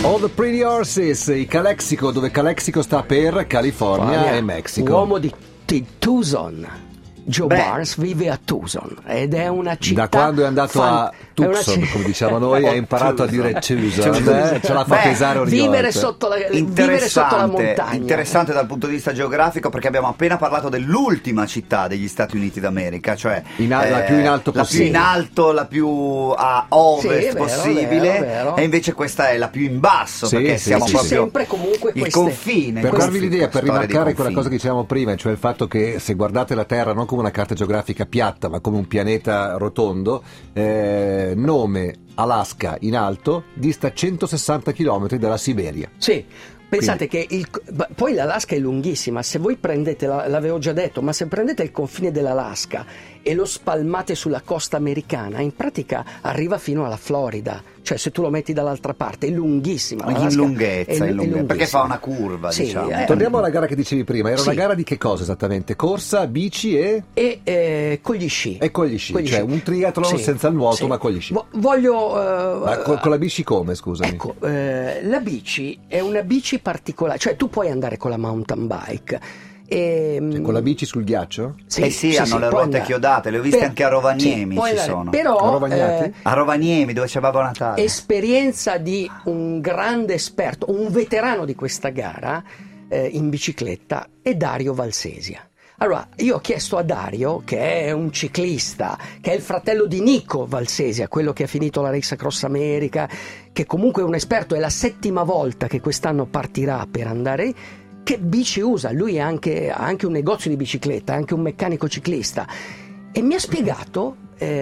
All the Pretty Horses, i Calexico, dove Calexico sta per California e Messico. Uomo di Tucson. Joe Barnes vive a Tucson ed è una città. Da quando è andato a Tucson, come diciamo noi, ha imparato a dire Tucson, ce l'ha fatta pesare ogni vivere volta. sotto la montagna. Interessante dal punto di vista geografico, perché abbiamo appena parlato dell'ultima città degli Stati Uniti d'America, cioè la più in alto possibile. La più in alto, la più a ovest possibile, vero. e invece questa è la più in basso, perché siamo proprio sempre comunque il confine. Per darvi l'idea, per rimarcare quella cosa che dicevamo prima, cioè il fatto che se guardate la Terra non come una carta geografica piatta, ma come un pianeta rotondo, nome Alaska in alto dista 160 km dalla Siberia. Sì. Pensate che poi l'Alaska è lunghissima, se voi prendete, l'avevo già detto, ma se prendete il confine dell'Alaska e lo spalmate sulla costa americana, in pratica arriva fino alla Florida, cioè se tu lo metti dall'altra parte è lunghissima. In lunghezza, perché fa una curva, diciamo. Torniamo alla gara che dicevi prima, era una gara di che cosa esattamente? Corsa, bici e con gli sci. E con gli sci, cioè un triathlon senza il nuoto ma con gli sci. Ma con la bici come, scusami? Ecco, la bici è una bici particolare, cioè tu puoi andare con la mountain bike. Con la bici sul ghiaccio? Sì, hanno le ruote chiodate, le ho viste anche a Rovaniemi, sono. Però, a Rovaniemi, dove c'è Babbo Natale. Esperienza di un grande esperto, un veterano di questa gara in bicicletta, è Dario Valsesia. Allora, io ho chiesto a Dario, che è un ciclista, che è il fratello di Nico Valsesia, quello che ha finito la Race Across America, che comunque è un esperto, è la 7ª volta che quest'anno partirà per andare. Che bici usa? Lui ha anche un negozio di bicicletta, è anche un meccanico ciclista, e mi ha spiegato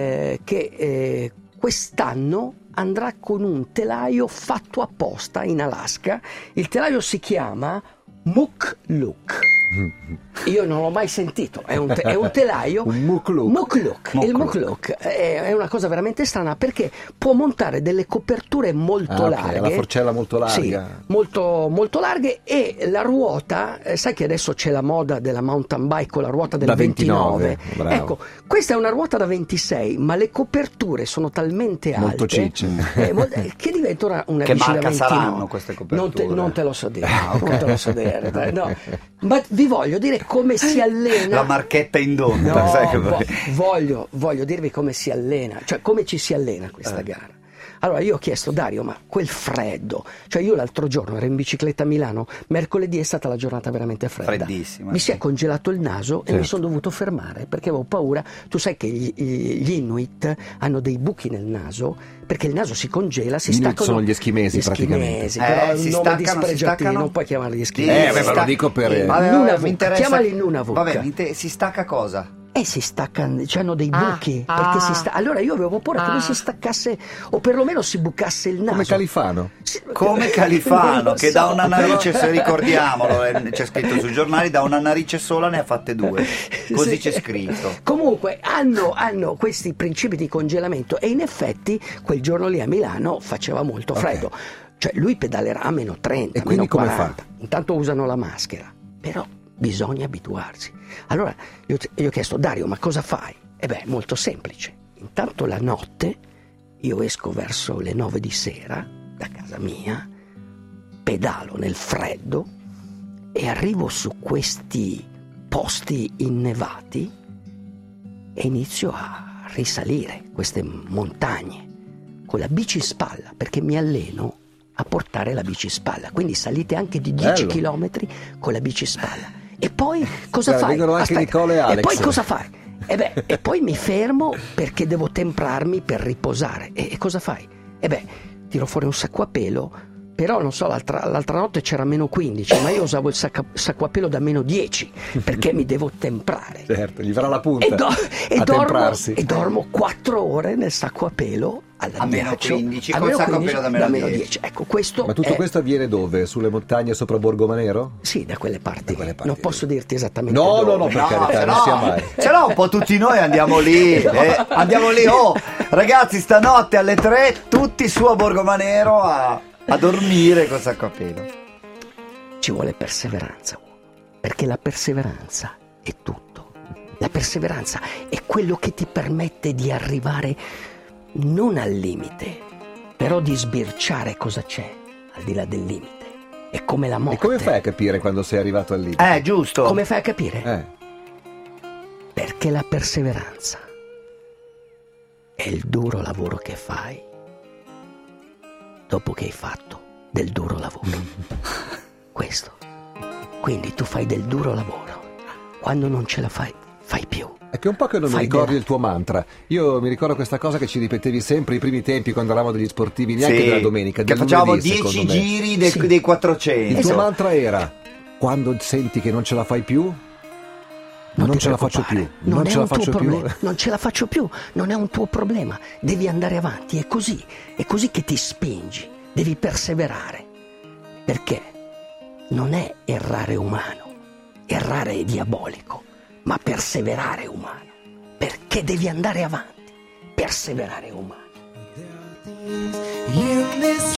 che quest'anno andrà con un telaio fatto apposta in Alaska. Il telaio si chiama Mukluk. Io non l'ho mai sentito, è un telaio un Mukluk. Il Mukluk è una cosa veramente strana, perché può montare delle coperture molto larghe, la forcella molto larga, sì, molto, molto larghe, e la ruota, sai che adesso c'è la moda della mountain bike con la ruota del da 29, bravo. Ecco, questa è una ruota da 26, ma le coperture sono talmente alte, molto cicce, che diventa una che bici da marca 29. saranno queste coperture? Non te lo so dire, non te lo so dire, no. Ma vi voglio dire come si allena. La marchetta in donna. No, sai che voglio dirvi come si allena, cioè come ci si allena questa gara. Allora io ho chiesto, Dario, ma quel freddo, cioè io l'altro giorno ero in bicicletta a Milano, mercoledì è stata la giornata veramente fredda, freddissima, mi si è congelato il naso e mi sono dovuto fermare perché avevo paura. Tu sai che gli Inuit hanno dei buchi nel naso perché il naso si congela, si staccano. Sono gli eschimesi praticamente. Però si un nome dispregiativo, staccano. non puoi chiamarli gli eschimesi. Ma lo dico per Nunavut, chiamali Nunavut. Vabbè, si stacca cosa? Si staccano, hanno dei buchi, perché allora io avevo paura che lui si staccasse, o perlomeno si bucasse il naso. Come Califano. Come Califano, che da una narice, se ricordiamolo, c'è scritto sui giornali, da una narice sola ne ha fatte 2. Così c'è scritto. Comunque hanno questi principi di congelamento, e in effetti quel giorno lì a Milano faceva molto freddo. Cioè lui pedalerà a meno 30, e quindi meno 40. Come fa? Intanto usano la maschera, però bisogna abituarsi. Allora io ho chiesto, Dario, ma cosa fai? Molto semplice. Intanto la notte io esco verso le 9 di sera da casa mia, pedalo nel freddo e arrivo su questi posti innevati e inizio a risalire queste montagne con la bici in spalla, perché mi alleno a portare la bici in spalla. Quindi salite anche di 10 chilometri con la bici in spalla. E poi cosa fai? Vengono anche Nicola e Alex. E poi cosa fai? E poi mi fermo perché devo temprarmi per riposare. E cosa fai? Tiro fuori un sacco a pelo. Però non so, l'altra notte c'era meno 15, ma io usavo il sacco a pelo da meno 10 perché mi devo temprare. Certo, gli farà la punta e dormo 4 ore nel sacco a pelo a meno 15, col sacco a pelo da meno 10. Ecco, questo. Ma tutto questo avviene dove? Sulle montagne sopra Borgomanero? Sì, da quelle parti. Non posso dirti esattamente dove. No, per carità, non sia mai. Ce l'ho un po' tutti noi, andiamo lì. Andiamo lì. Ragazzi, stanotte alle 3 tutti su a Borgomanero a dormire col sacco a pelo. Ci vuole perseveranza, perché la perseveranza è tutto. La perseveranza è quello che ti permette di arrivare non al limite, però di sbirciare cosa c'è al di là del limite. È come la morte. E come fai a capire quando sei arrivato al limite? Giusto. Come fai a capire? Perché la perseveranza è il duro lavoro che fai dopo che hai fatto del duro lavoro. Questo. Quindi tu fai del duro lavoro. Quando non ce la fai, fai più. È che un po' che non mi ricordi il tuo mantra. Io mi ricordo questa cosa che ci ripetevi sempre i primi tempi quando eravamo degli sportivi, neanche della domenica. Che facevamo 10 giri dei 400. Il tuo mantra era: quando senti che non ce la fai più, non ce la faccio più. Non ce la faccio più. Non ce la faccio più. Non è un tuo problema. Devi andare avanti. È così. È così che ti spingi. Devi perseverare. Perché non è errare umano. Errare è diabolico. Ma perseverare è umano, perché devi andare avanti, perseverare è umano.